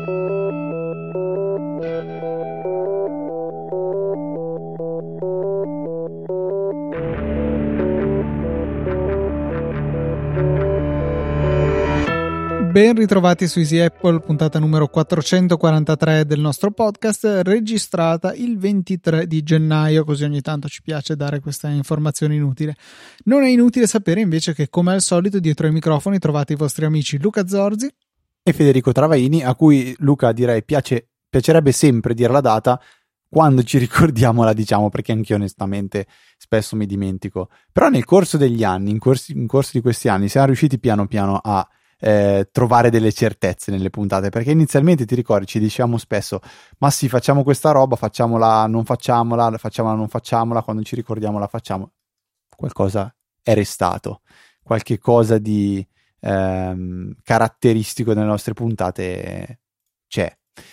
Ben ritrovati su Easy Apple, puntata numero 443 del nostro podcast, registrata il 23 di gennaio, così ogni tanto ci piace dare questa informazione inutile. Non è inutile sapere invece che, come al solito, dietro ai microfoni trovate i vostri amici Luca Zorzi e Federico Travaini, a cui, Luca, direi piacerebbe sempre dire la data. Quando ci ricordiamo la diciamo, perché anch'io onestamente spesso mi dimentico. Però nel corso degli anni, in corso di questi anni, siamo riusciti piano piano a trovare delle certezze nelle puntate, perché inizialmente ti ricordi ci dicevamo spesso ma sì, facciamo questa roba, facciamola, non facciamola, facciamola, non facciamola, quando ci ricordiamo la facciamo. Qualcosa è restato, qualche cosa di caratteristico delle nostre puntate c'è,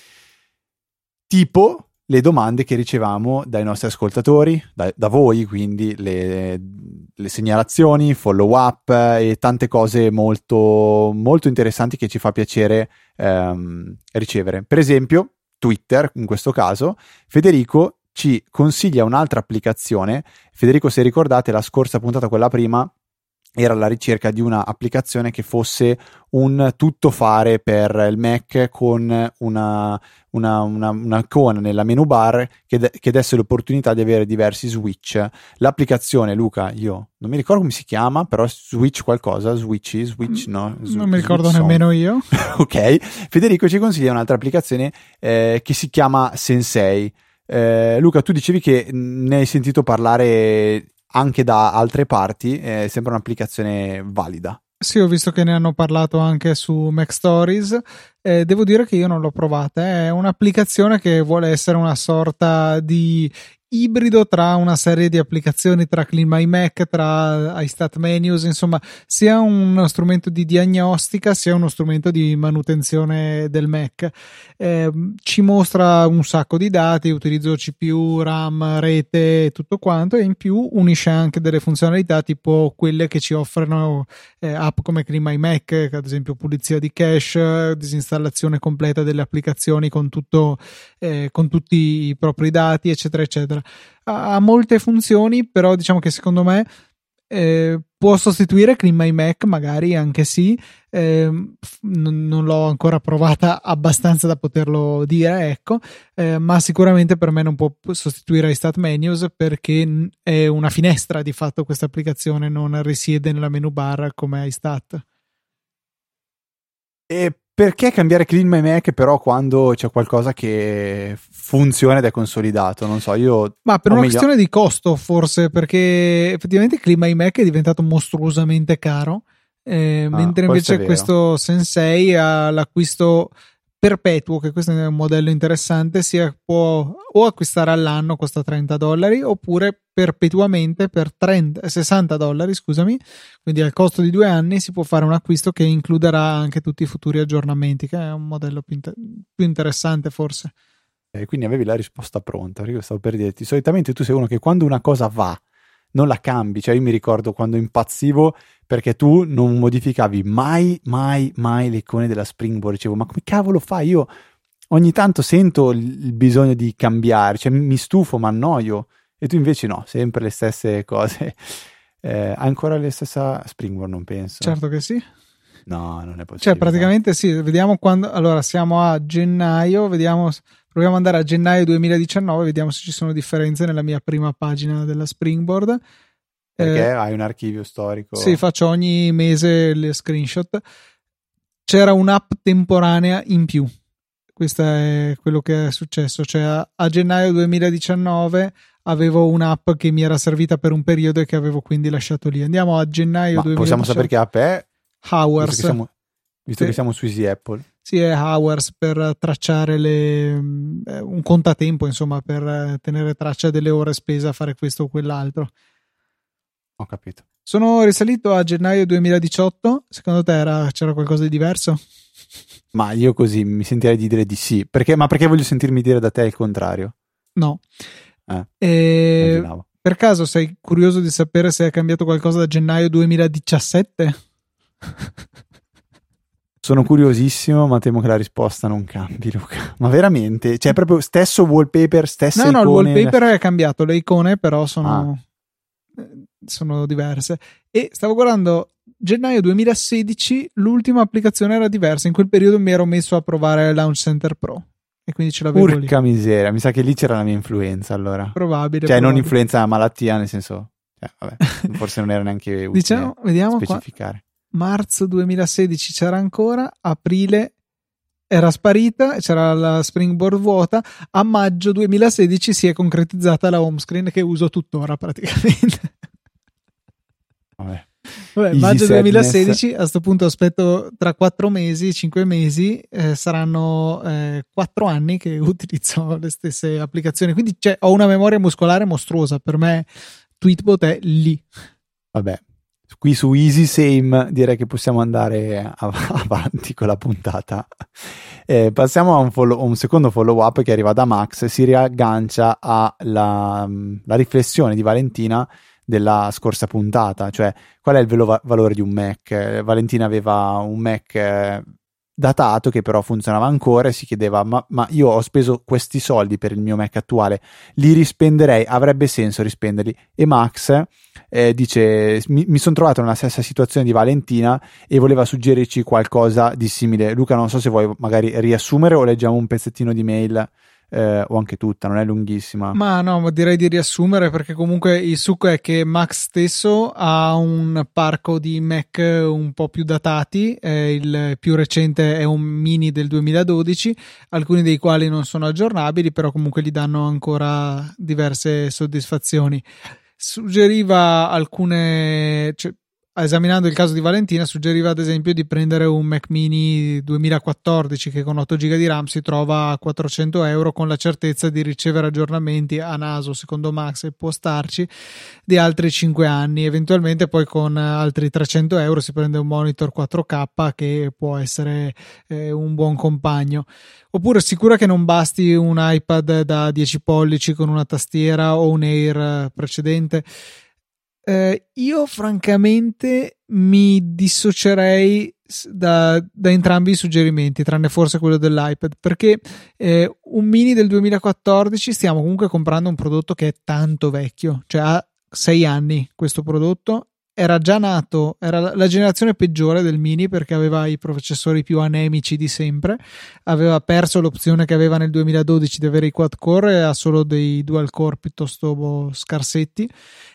tipo le domande che ricevamo dai nostri ascoltatori, da voi, quindi le segnalazioni, follow up e tante cose molto, molto interessanti che ci fa piacere ricevere. Per esempio, Twitter, in questo caso, Federico ci consiglia un'altra applicazione. Federico, se ricordate, la scorsa puntata, quella prima, era alla ricerca di una applicazione che fosse un tuttofare per il Mac con una icona nella menu bar che desse l'opportunità di avere diversi switch. L'applicazione, Luca, io non mi ricordo come si chiama, però switch qualcosa, switch no? Non mi ricordo nemmeno io. Ok, Federico ci consiglia un'altra applicazione che si chiama Sensei. Luca, tu dicevi che ne hai sentito parlare anche da altre parti, sembra un'applicazione valida. Sì, ho visto che ne hanno parlato anche su Mac Stories. Devo dire che io non l'ho provata. È un'applicazione che vuole essere una sorta di ibrido tra una serie di applicazioni, tra Clean My Mac, tra iStat Menus, insomma, sia uno strumento di diagnostica sia uno strumento di manutenzione del Mac. Ci mostra un sacco di dati, utilizzo CPU, RAM, rete e tutto quanto, e in più unisce anche delle funzionalità tipo quelle che ci offrono app come Clean My Mac, ad esempio pulizia di cache, disinstallazione completa delle applicazioni con tutti i propri dati, eccetera eccetera. Ha molte funzioni, però diciamo che secondo me può sostituire Clean My Mac, magari anche sì. Non l'ho ancora provata abbastanza da poterlo dire, ecco, ma sicuramente per me non può sostituire iStat Menus, perché è una finestra di fatto. Questa applicazione non risiede nella menu bar come iStat. E perché cambiare Clean My Mac però quando c'è qualcosa che funziona ed è consolidato? Non so, io... Ma per una questione di costo, forse, perché effettivamente Clean My Mac è diventato mostruosamente caro, mentre invece questo Sensei ha l'acquisto perpetuo, che questo è un modello interessante. Può o acquistare all'anno, costa $30, oppure perpetuamente per $60, scusami, quindi al costo di 2 anni si può fare un acquisto che includerà anche tutti i futuri aggiornamenti, che è un modello più interessante forse. Quindi avevi la risposta pronta, perché io stavo per dirti, solitamente tu sei uno che quando una cosa va non la cambi. Cioè io mi ricordo quando impazzivo perché tu non modificavi mai le icone della Springboard. Dicevo, ma come cavolo fai? Io ogni tanto sento il bisogno di cambiare, cioè mi stufo, mi annoio, e tu invece no, sempre le stesse cose. Ancora la stessa Springboard, non penso. Certo che sì. No, non è possibile. Cioè praticamente sì, vediamo quando... Allora siamo a gennaio, proviamo ad andare a gennaio 2019, vediamo se ci sono differenze nella mia prima pagina della Springboard. Perché hai un archivio storico? Sì, faccio ogni mese le screenshot. C'era un'app temporanea in più. Questo è quello che è successo. Cioè a gennaio 2019 avevo un'app che mi era servita per un periodo e che avevo quindi lasciato lì. Andiamo a gennaio 2019. Possiamo sapere che app è? Hours. Visto che siamo su Easy Apple. Sì, è Hours, per tracciare un contatempo, insomma, per tenere traccia delle ore spese a fare questo o quell'altro. Ho capito. Sono risalito a gennaio 2018. Secondo te c'era qualcosa di diverso? Ma io così mi sentirei di dire di sì. Perché voglio sentirmi dire da te il contrario? No. Per caso sei curioso di sapere se è cambiato qualcosa da gennaio 2017? Sono curiosissimo, ma temo che la risposta non cambi, Luca. Ma veramente? Cioè, proprio stesso wallpaper, stesse icone? No, il wallpaper è cambiato, le icone però sono diverse. E stavo guardando gennaio 2016, l'ultima applicazione era diversa. In quel periodo mi ero messo a provare Launch Center Pro e quindi ce l'avevo lì. Porca miseria, mi sa che lì c'era la mia influenza allora. Probabile. Cioè, non influenza, ma malattia, nel senso... vabbè, forse non era neanche utile diciamo, vediamo specificare. Qua. Marzo 2016 c'era ancora, aprile era sparita, c'era la Springboard vuota, a maggio 2016 si è concretizzata la home screen che uso tuttora praticamente. Vabbè, maggio 2016, a sto punto aspetto tra 4 mesi, 5 mesi, saranno 4 anni che utilizzo le stesse applicazioni, quindi ho una memoria muscolare mostruosa, per me Tweetbot è lì. Vabbè, qui su Easy Same direi che possiamo andare avanti con la puntata. Passiamo a un secondo follow up che arriva da Max e si riaggancia alla riflessione di Valentina della scorsa puntata, cioè qual è il vero valore di un Mac. Valentina aveva un Mac datato che però funzionava ancora e si chiedeva ma io ho speso questi soldi per il mio Mac attuale, li rispenderei? Avrebbe senso rispenderli? E Max dice mi sono trovato nella stessa situazione di Valentina e voleva suggerirci qualcosa di simile. Luca, non so se vuoi magari riassumere o leggiamo un pezzettino di mail o anche tutta, non è lunghissima. Ma direi di riassumere, perché comunque il succo è che Max stesso ha un parco di Mac un po' più datati, il più recente è un mini del 2012, alcuni dei quali non sono aggiornabili, però comunque gli danno ancora diverse soddisfazioni. Suggeriva esaminando il caso di Valentina, suggeriva ad esempio di prendere un Mac mini 2014 che con 8 GB di RAM si trova a 400 euro con la certezza di ricevere aggiornamenti a naso, secondo Max, e può starci di altri 5 anni. Eventualmente poi con altri 300 euro si prende un monitor 4K che può essere un buon compagno. Oppure sicura che non basti un iPad da 10 pollici con una tastiera o un Air precedente? Io francamente mi dissocierei da entrambi i suggerimenti, tranne forse quello dell'iPad, perché un mini del 2014 stiamo comunque comprando un prodotto che è tanto vecchio, cioè ha 6 anni questo prodotto, era già nato, era la generazione peggiore del mini perché aveva i processori più anemici di sempre, aveva perso l'opzione che aveva nel 2012 di avere i quad core e ha solo dei dual core piuttosto scarsetti.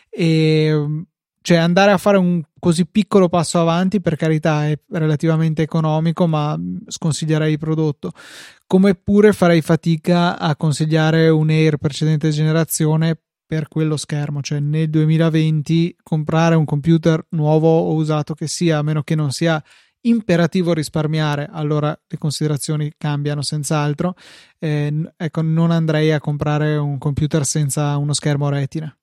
E cioè andare a fare un così piccolo passo avanti, per carità, è relativamente economico, ma sconsiglierei il prodotto, come pure farei fatica a consigliare un Air precedente generazione per quello schermo. Cioè nel 2020 comprare un computer nuovo o usato che sia, a meno che non sia imperativo risparmiare, allora le considerazioni cambiano senz'altro. Ecco, non andrei a comprare un computer senza uno schermo retina.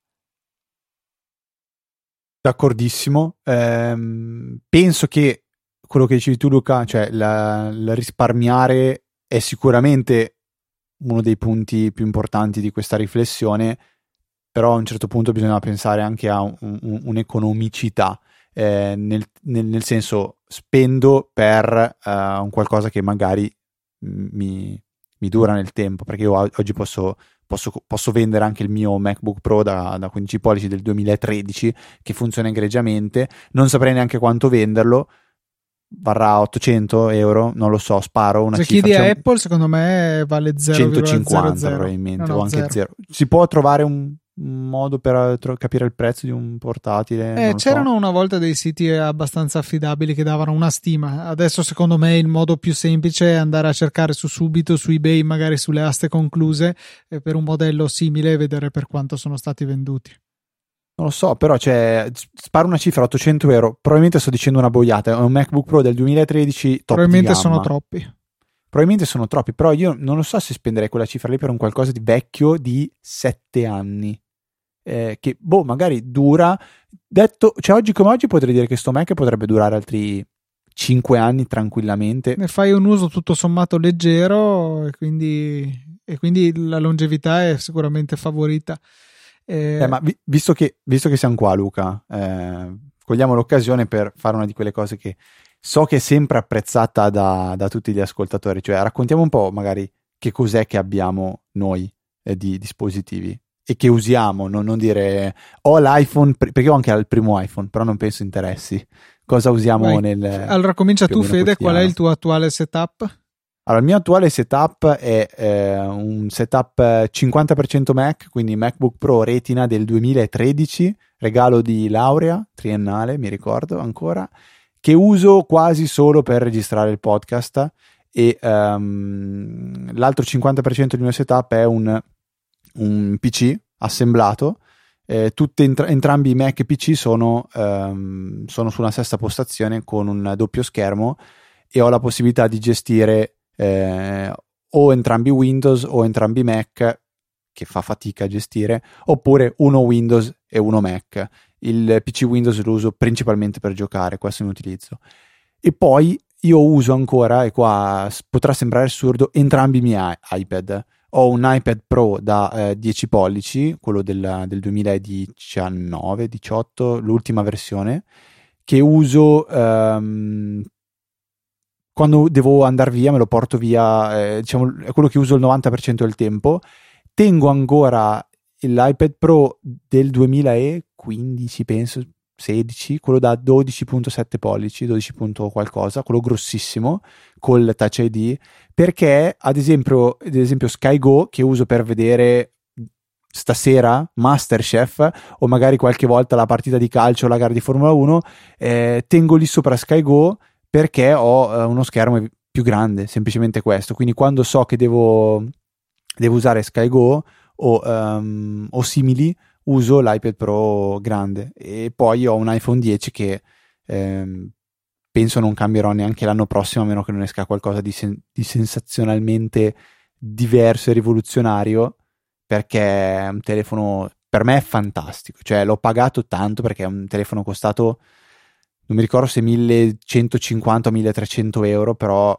D'accordissimo, penso che quello che dicevi tu, Luca, cioè la risparmiare è sicuramente uno dei punti più importanti di questa riflessione, però a un certo punto bisogna pensare anche a un'economicità, nel senso spendo per un qualcosa che magari mi dura nel tempo, perché io oggi posso vendere anche il mio MacBook Pro da 15 pollici del 2013 che funziona egregiamente, non saprei neanche quanto venderlo, varrà 800 euro, non lo so, sparo una se cifra. Chiedi a Apple, secondo me vale 150 probabilmente, o anche 0. Si può trovare un modo per capire il prezzo di un portatile? C'erano una volta dei siti abbastanza affidabili che davano una stima. Adesso secondo me il modo più semplice è andare a cercare su Subito, su eBay, magari sulle aste concluse, per un modello simile e vedere per quanto sono stati venduti. Non lo so, però sparo una cifra 800 euro, probabilmente sto dicendo una boiata, è un MacBook Pro del 2013 top probabilmente di gamma. Probabilmente sono troppi, però io non lo so se spenderei quella cifra lì per un qualcosa di vecchio di 7 anni. Che magari dura, cioè oggi come oggi potrei dire che sto Mac potrebbe durare altri 5 anni tranquillamente. Ne fai un uso tutto sommato leggero e quindi la longevità è sicuramente favorita. Ma visto che siamo qua, Luca, cogliamo l'occasione per fare una di quelle cose che so che è sempre apprezzata da tutti gli ascoltatori. Cioè, raccontiamo un po' magari che cos'è che abbiamo noi di dispositivi e che usiamo, non dire ho l'iPhone, perché ho anche il primo iPhone, però non penso interessi. Cosa usiamo nel... Allora comincia tu, Fede, qual è il tuo attuale setup? Allora, il mio attuale setup è un setup 50% Mac, quindi MacBook Pro Retina del 2013, regalo di laurea triennale, mi ricordo ancora, che uso quasi solo per registrare il podcast, e l'altro 50% del mio setup è un PC assemblato. Entrambi i Mac e PC sono su una stessa postazione con un doppio schermo, e ho la possibilità di gestire o entrambi Windows o entrambi Mac, che fa fatica a gestire, oppure uno Windows e uno Mac. Il PC Windows lo uso principalmente per giocare, questo è il mio utilizzo. E poi io uso ancora, e qua potrà sembrare assurdo, entrambi i miei iPad. Ho un iPad Pro da 10 pollici, quello del 2019-18, l'ultima versione, che uso quando devo andare via, me lo porto via, diciamo, è quello che uso il 90% del tempo. Tengo ancora l'iPad Pro del 2015, penso, 16, quello da 12.7 pollici, 12 qualcosa, quello grossissimo, col Touch ID, perché ad esempio Sky Go, che uso per vedere stasera MasterChef o magari qualche volta la partita di calcio o la gara di Formula 1, tengo lì sopra Sky Go perché ho uno schermo più grande, semplicemente questo. Quindi quando so che devo usare Sky Go o simili, uso l'iPad Pro grande. E poi ho un iPhone 10 che penso non cambierò neanche l'anno prossimo, a meno che non esca qualcosa di sensazionalmente diverso e rivoluzionario, perché è un telefono, per me è fantastico. Cioè, l'ho pagato tanto perché è un telefono costato, non mi ricordo se 1150 o 1300 euro, però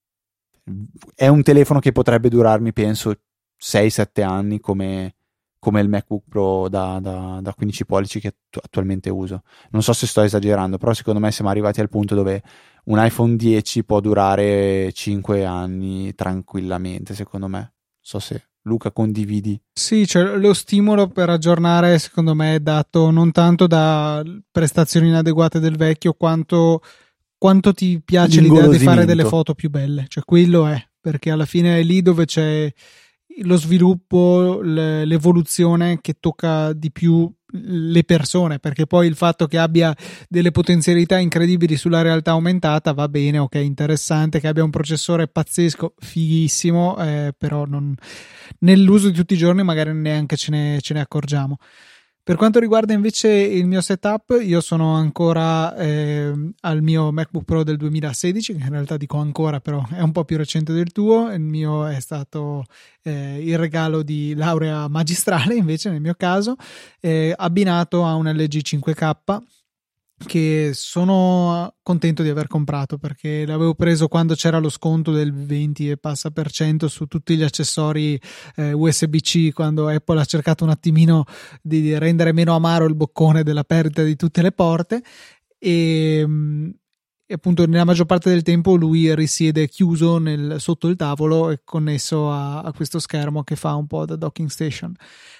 è un telefono che potrebbe durarmi, penso, 6-7 anni come il MacBook Pro da 15 pollici che attualmente uso. Non so se sto esagerando, però secondo me siamo arrivati al punto dove un iPhone 10 può durare 5 anni tranquillamente, secondo me. Non so se Luca condividi. Sì, cioè lo stimolo per aggiornare secondo me è dato non tanto da prestazioni inadeguate del vecchio, quanto ti piace l'idea di fare delle foto più belle. Cioè quello è, perché alla fine è lì dove c'è lo sviluppo, l'evoluzione che tocca di più le persone, perché poi il fatto che abbia delle potenzialità incredibili sulla realtà aumentata va bene, ok, interessante, che abbia un processore pazzesco, fighissimo, però nell'uso di tutti i giorni magari neanche ce ne accorgiamo. Per quanto riguarda invece il mio setup, io sono ancora al mio MacBook Pro del 2016, che in realtà dico ancora, però è un po' più recente del tuo. Il mio è stato il regalo di laurea magistrale, invece nel mio caso, abbinato a un LG 5K, che sono contento di aver comprato, perché l'avevo preso quando c'era lo sconto del 20 e passa per cento su tutti gli accessori USB-C, quando Apple ha cercato un attimino di rendere meno amaro il boccone della perdita di tutte le porte, e appunto nella maggior parte del tempo lui risiede chiuso sotto il tavolo e connesso a questo schermo che fa un po' da docking station.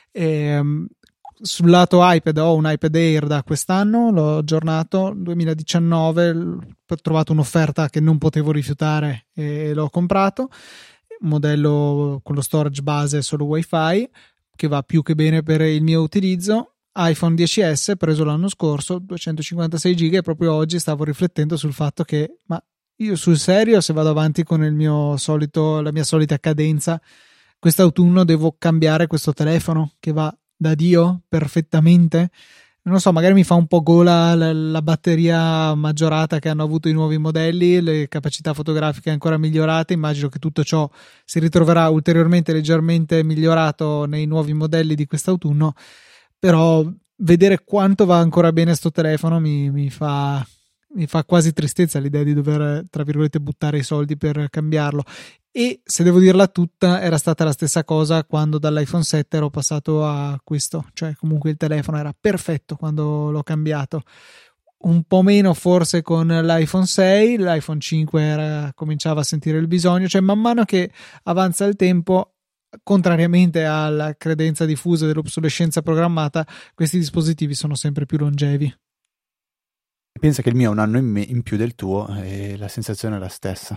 Sul lato iPad ho un iPad Air da quest'anno, l'ho aggiornato 2019, ho trovato un'offerta che non potevo rifiutare e l'ho comprato, un modello con lo storage base solo wifi che va più che bene per il mio utilizzo. iPhone XS preso l'anno scorso, 256 giga, e proprio oggi stavo riflettendo sul fatto che, ma io sul serio, se vado avanti con la mia solita cadenza, quest'autunno devo cambiare questo telefono che va da Dio perfettamente. Non so, magari mi fa un po' gola la batteria maggiorata che hanno avuto i nuovi modelli, le capacità fotografiche ancora migliorate. Immagino che tutto ciò si ritroverà ulteriormente leggermente migliorato nei nuovi modelli di quest'autunno, però vedere quanto va ancora bene sto telefono mi fa quasi tristezza l'idea di dover, tra virgolette, buttare i soldi per cambiarlo. E se devo dirla tutta, era stata la stessa cosa quando dall'iPhone 7 ero passato a questo, cioè comunque il telefono era perfetto quando l'ho cambiato. un po' meno forse con l'iPhone 6, l'iPhone 5 cominciava a sentire il bisogno, cioè man mano che avanza il tempo, contrariamente alla credenza diffusa dell'obsolescenza programmata, questi dispositivi sono sempre più longevi. Pensa che il mio ha un anno in più del tuo e la sensazione è la stessa.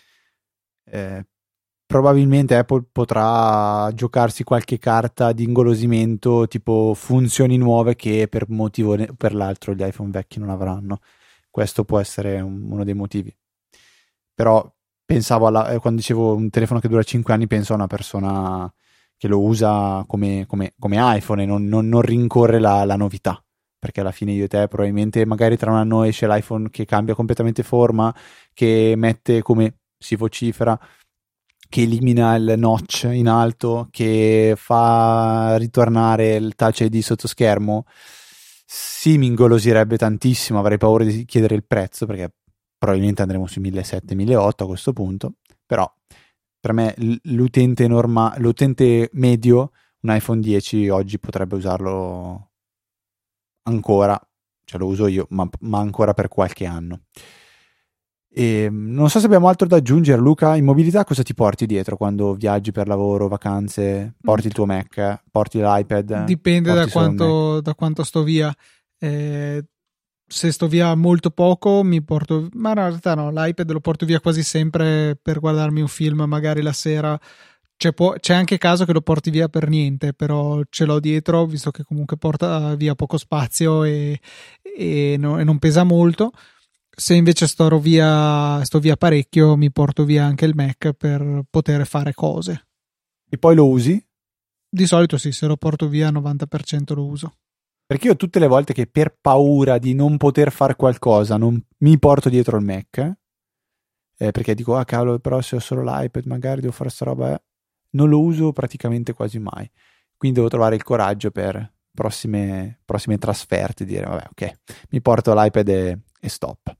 Probabilmente Apple potrà giocarsi qualche carta di ingolosimento, tipo funzioni nuove che per un motivo o per l'altro gli iPhone vecchi non avranno. Questo può essere uno dei motivi. Però pensavo quando dicevo un telefono che dura 5 anni, penso a una persona che lo usa come iPhone e non rincorre la novità. Perché alla fine io e te probabilmente magari tra un anno esce l'iPhone che cambia completamente forma, che mette, come si vocifera, che elimina il notch in alto, che fa ritornare il Touch ID sotto schermo. Sì, mi ingolosirebbe tantissimo, avrei paura di chiedere il prezzo perché probabilmente andremo sui 1.700-1.800 a questo punto, però per me l'utente medio un iPhone 10 oggi potrebbe usarlo ancora, cioè lo uso io, ma ancora per qualche anno. E non so se abbiamo altro da aggiungere. Luca, in mobilità cosa ti porti dietro quando viaggi per lavoro, vacanze? Porti il tuo Mac? Porti l'iPad? Dipende da quanto sto via. Se sto via molto poco mi porto, ma in realtà no, l'iPad lo porto via quasi sempre per guardarmi un film magari la sera. C'è anche caso che lo porti via per niente, però ce l'ho dietro visto che comunque porta via poco spazio e non pesa molto. Se invece sto via parecchio, mi porto via anche il Mac per poter fare cose. E poi lo usi? Di solito sì, se lo porto via 90% lo uso. Perché io tutte le volte che per paura di non poter fare qualcosa non mi porto dietro il Mac, perché dico, ah cavolo, però se ho solo l'iPad magari devo fare sta roba, non lo uso praticamente quasi mai. Quindi devo trovare il coraggio per prossime trasferte, dire vabbè, ok, mi porto l'iPad e stop.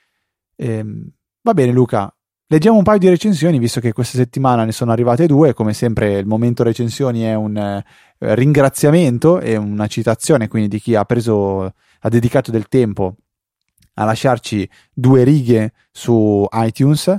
Va bene Luca, leggiamo un paio di recensioni visto che questa settimana ne sono arrivate 2. Come sempre il momento recensioni è un ringraziamento e una citazione quindi di chi ha dedicato del tempo a lasciarci 2 righe su iTunes.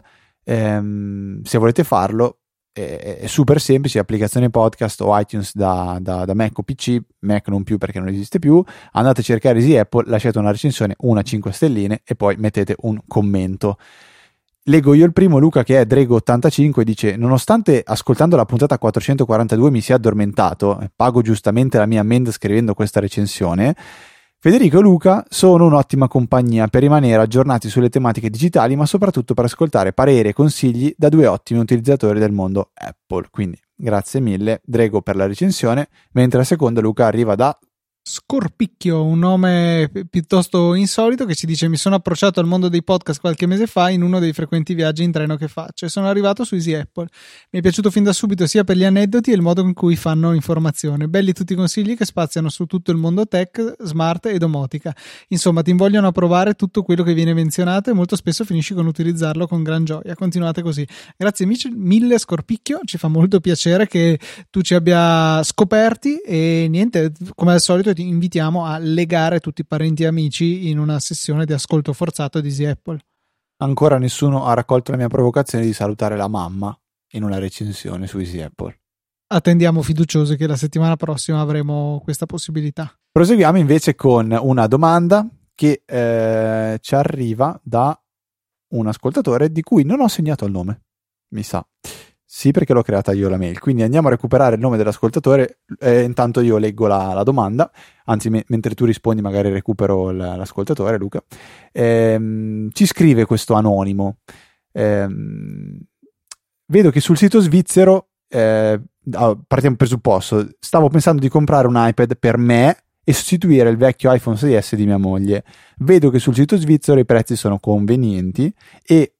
Se volete farlo è super semplice, applicazione podcast o iTunes da Mac o PC, Mac non più perché non esiste più, andate a cercare Easy Apple, lasciate una recensione, 5 stelline e poi mettete un commento. Leggo io il primo, Luca, che è Drego85, dice: nonostante ascoltando la puntata 442 mi sia addormentato, pago giustamente la mia ammenda scrivendo questa recensione, Federico e Luca sono un'ottima compagnia per rimanere aggiornati sulle tematiche digitali, ma soprattutto per ascoltare pareri e consigli da 2 ottimi utilizzatori del mondo Apple. Quindi grazie mille Drego per la recensione, mentre la seconda, Luca, arriva da Scorpicchio, un nome piuttosto insolito, che ci dice: mi sono approcciato al mondo dei podcast qualche mese fa in uno dei frequenti viaggi in treno che faccio e sono arrivato su Easy Apple. Mi è piaciuto fin da subito sia per gli aneddoti e il modo in cui fanno informazione. Belli tutti i consigli che spaziano su tutto il mondo tech, smart e domotica. Insomma, ti invogliano a provare tutto quello che viene menzionato e molto spesso finisci con utilizzarlo con gran gioia. Continuate così. Grazie mille Scorpicchio, ci fa molto piacere che tu ci abbia scoperti e niente, come al solito ti invitiamo a legare tutti i parenti e amici in una sessione di ascolto forzato di Easy Apple. Ancora nessuno ha raccolto la mia provocazione di salutare la mamma in una recensione su Easy Apple. Attendiamo fiduciosi che la settimana prossima avremo questa possibilità. Proseguiamo invece con una domanda che ci arriva da un ascoltatore di cui non ho segnato il nome, mi sa. Sì, perché l'ho creata io la mail, quindi andiamo a recuperare il nome dell'ascoltatore, intanto io leggo la domanda, anzi mentre tu rispondi magari recupero l'ascoltatore, Luca. Ci scrive questo anonimo: vedo che sul sito svizzero, partiamo dal presupposto, stavo pensando di comprare un iPad per me e sostituire il vecchio iPhone 6S di mia moglie. Vedo che sul sito svizzero i prezzi sono convenienti e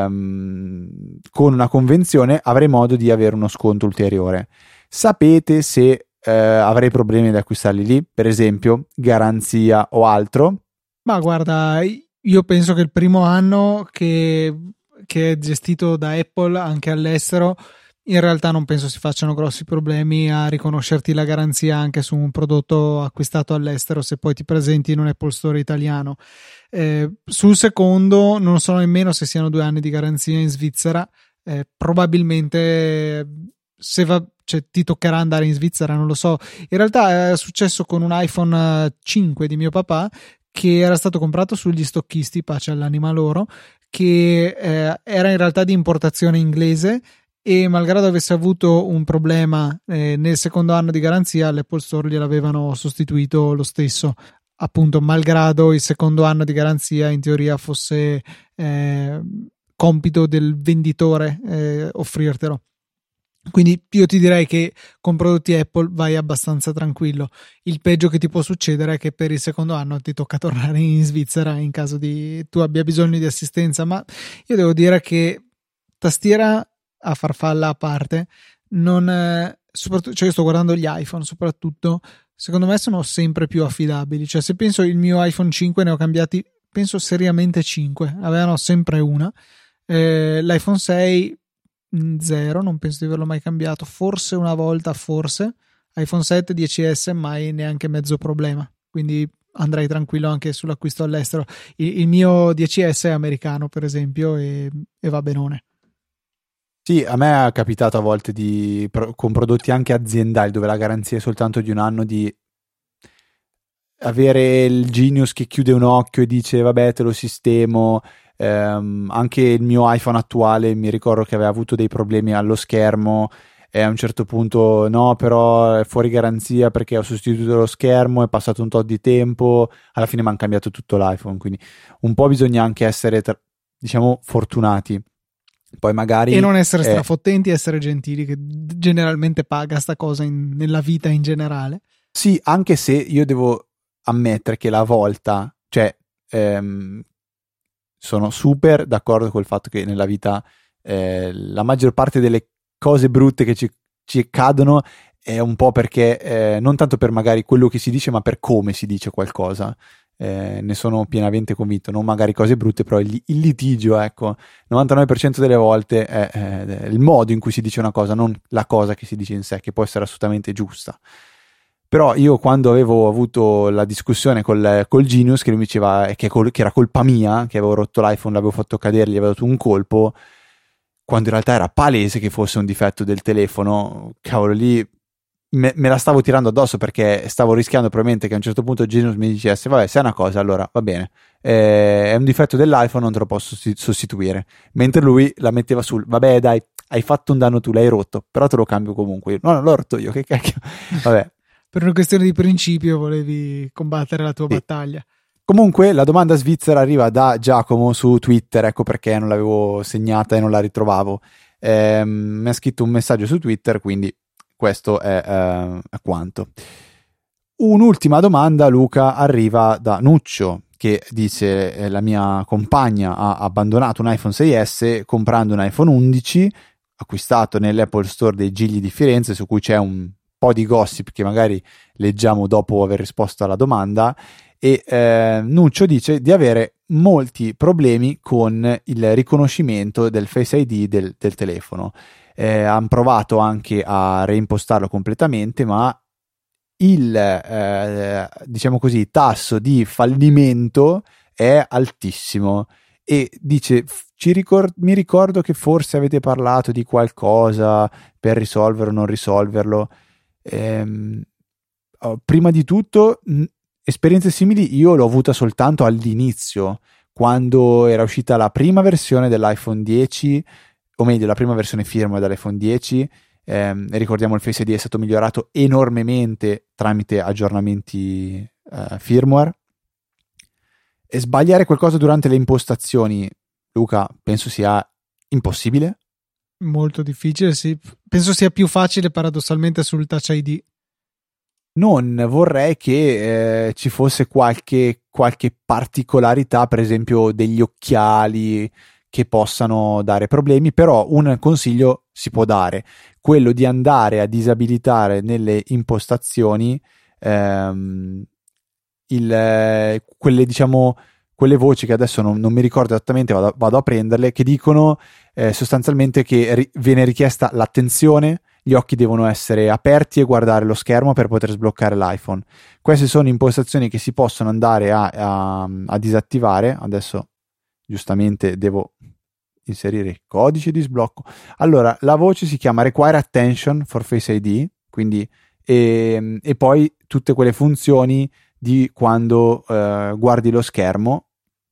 con una convenzione avrei modo di avere uno sconto ulteriore. Sapete se avrei problemi ad acquistarli lì, per esempio garanzia o altro? Ma guarda, io penso che il primo anno che è gestito da Apple anche all'estero in realtà non penso si facciano grossi problemi a riconoscerti la garanzia anche su un prodotto acquistato all'estero se poi ti presenti in un Apple Store italiano. Sul secondo non so nemmeno se siano 2 anni di garanzia in Svizzera, probabilmente cioè, ti toccherà andare in Svizzera, non lo so. In realtà è successo con un iPhone 5 di mio papà che era stato comprato sugli stocchisti, pace all'anima loro, che era in realtà di importazione inglese, e malgrado avesse avuto un problema nel secondo anno di garanzia, l'Apple Store gliel'avevano sostituito lo stesso, appunto malgrado il secondo anno di garanzia in teoria fosse compito del venditore offrirtelo. Quindi io ti direi che con prodotti Apple vai abbastanza tranquillo. Il peggio che ti può succedere è che per il secondo anno ti tocca tornare in Svizzera in caso tu abbia bisogno di assistenza, ma io devo dire che tastiera a farfalla a parte, soprattutto, cioè io sto guardando gli iPhone soprattutto, secondo me sono sempre più affidabili. Cioè se penso il mio iPhone 5 ne ho cambiati penso seriamente 5, avevano sempre una. L'iPhone 6 0, non penso di averlo mai cambiato, forse una volta, forse. iPhone 7, 10S mai neanche mezzo problema, quindi andrei tranquillo anche sull'acquisto all'estero. Il mio 10S è americano per esempio e va benone. Sì, a me è capitato a volte con prodotti anche aziendali dove la garanzia è soltanto di un anno, di avere il Genius che chiude un occhio e dice vabbè te lo sistemo. Anche il mio iPhone attuale mi ricordo che aveva avuto dei problemi allo schermo e a un certo punto no, però è fuori garanzia perché ho sostituito lo schermo, è passato un tot di tempo, alla fine mi hanno cambiato tutto l'iPhone, quindi un po' bisogna anche essere diciamo fortunati. Poi magari e non essere strafottenti, essere gentili, che generalmente paga sta cosa nella vita in generale. Sì, anche se io devo ammettere che la volta, cioè sono super d'accordo col fatto che nella vita la maggior parte delle cose brutte che ci accadono è un po' perché non tanto per magari quello che si dice, ma per come si dice qualcosa. Ne sono pienamente convinto, non magari cose brutte, però il litigio, ecco, 99% delle volte è il modo in cui si dice una cosa, non la cosa che si dice in sé, che può essere assolutamente giusta. Però io quando avevo avuto la discussione col Genius, che lui mi diceva che era colpa mia, che avevo rotto l'iPhone, l'avevo fatto cadere, gli avevo dato un colpo, quando in realtà era palese che fosse un difetto del telefono, cavolo, lì me la stavo tirando addosso perché stavo rischiando probabilmente che a un certo punto Genius mi dicesse vabbè, se è una cosa allora va bene, è un difetto dell'iPhone, non te lo posso sostituire, mentre lui la metteva sul vabbè dai, hai fatto un danno tu, l'hai rotto, però te lo cambio comunque. Io, no, non l'ho rotto io, che cacchio. Vabbè. Per una questione di principio volevi combattere la tua battaglia. Comunque la domanda svizzera arriva da Giacomo su Twitter, ecco perché non l'avevo segnata e non la ritrovavo. Mi ha scritto un messaggio su Twitter, quindi questo è quanto. Un'ultima domanda, Luca, arriva da Nuccio, che dice la mia compagna ha abbandonato un iPhone 6S comprando un iPhone 11 acquistato nell'Apple Store dei Gigli di Firenze, su cui c'è un po' di gossip che magari leggiamo dopo aver risposto alla domanda. E Nuccio dice di avere molti problemi con il riconoscimento del Face ID del telefono. Hanno provato anche a reimpostarlo completamente, ma il diciamo così tasso di fallimento è altissimo. E dice mi ricordo che forse avete parlato di qualcosa per risolverlo o non risolverlo. Prima di tutto esperienze simili io l'ho avuta soltanto all'inizio, quando era uscita la prima versione dell'iPhone 10, o meglio la prima versione firmware dell'iPhone 10. Ricordiamo il Face ID è stato migliorato enormemente tramite aggiornamenti firmware. E sbagliare qualcosa durante le impostazioni, Luca, penso sia impossibile. Molto difficile, sì. Penso sia più facile paradossalmente sul Touch ID. Non vorrei che ci fosse qualche particolarità, per esempio degli occhiali che possano dare problemi, però un consiglio si può dare, quello di andare a disabilitare nelle impostazioni quelle diciamo quelle voci che adesso non mi ricordo esattamente, vado a prenderle, che dicono sostanzialmente che viene richiesta l'attenzione, gli occhi devono essere aperti e guardare lo schermo per poter sbloccare l'iPhone. Queste sono impostazioni che si possono andare a disattivare. Adesso giustamente devo inserire il codice di sblocco. Allora, la voce si chiama Require Attention for Face ID, quindi e poi tutte quelle funzioni di quando guardi lo schermo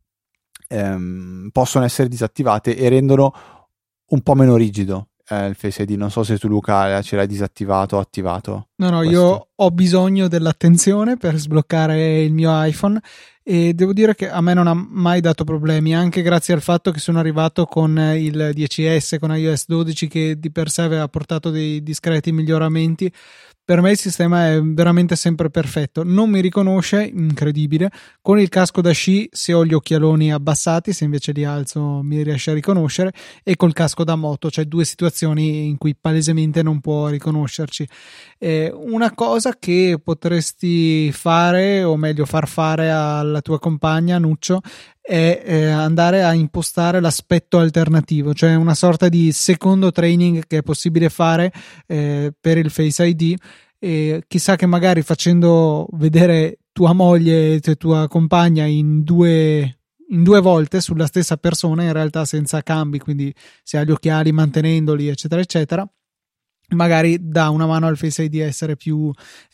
possono essere disattivate e rendono un po' meno rigido il Face ID. Non so se tu, Luca, ce l'hai disattivato o attivato. No, io ho bisogno dell'attenzione per sbloccare il mio iPhone e devo dire che a me non ha mai dato problemi, anche grazie al fatto che sono arrivato con il 10S, con iOS 12, che di per sé aveva portato dei discreti miglioramenti. Per me il sistema è veramente sempre perfetto, non mi riconosce, incredibile. Con il casco da sci, se ho gli occhialoni abbassati, se invece li alzo mi riesce a riconoscere, e col casco da moto, cioè due situazioni in cui palesemente non può riconoscerci. Una cosa che potresti fare, o meglio far fare alla tua compagna Nuccio, è andare a impostare l'aspetto alternativo, cioè una sorta di secondo training che è possibile fare per il Face ID, e chissà che magari facendo vedere tua moglie e tua compagna in due volte sulla stessa persona, in realtà senza cambi, quindi se ha gli occhiali mantenendoli eccetera eccetera, magari dà una mano al Face ID a essere più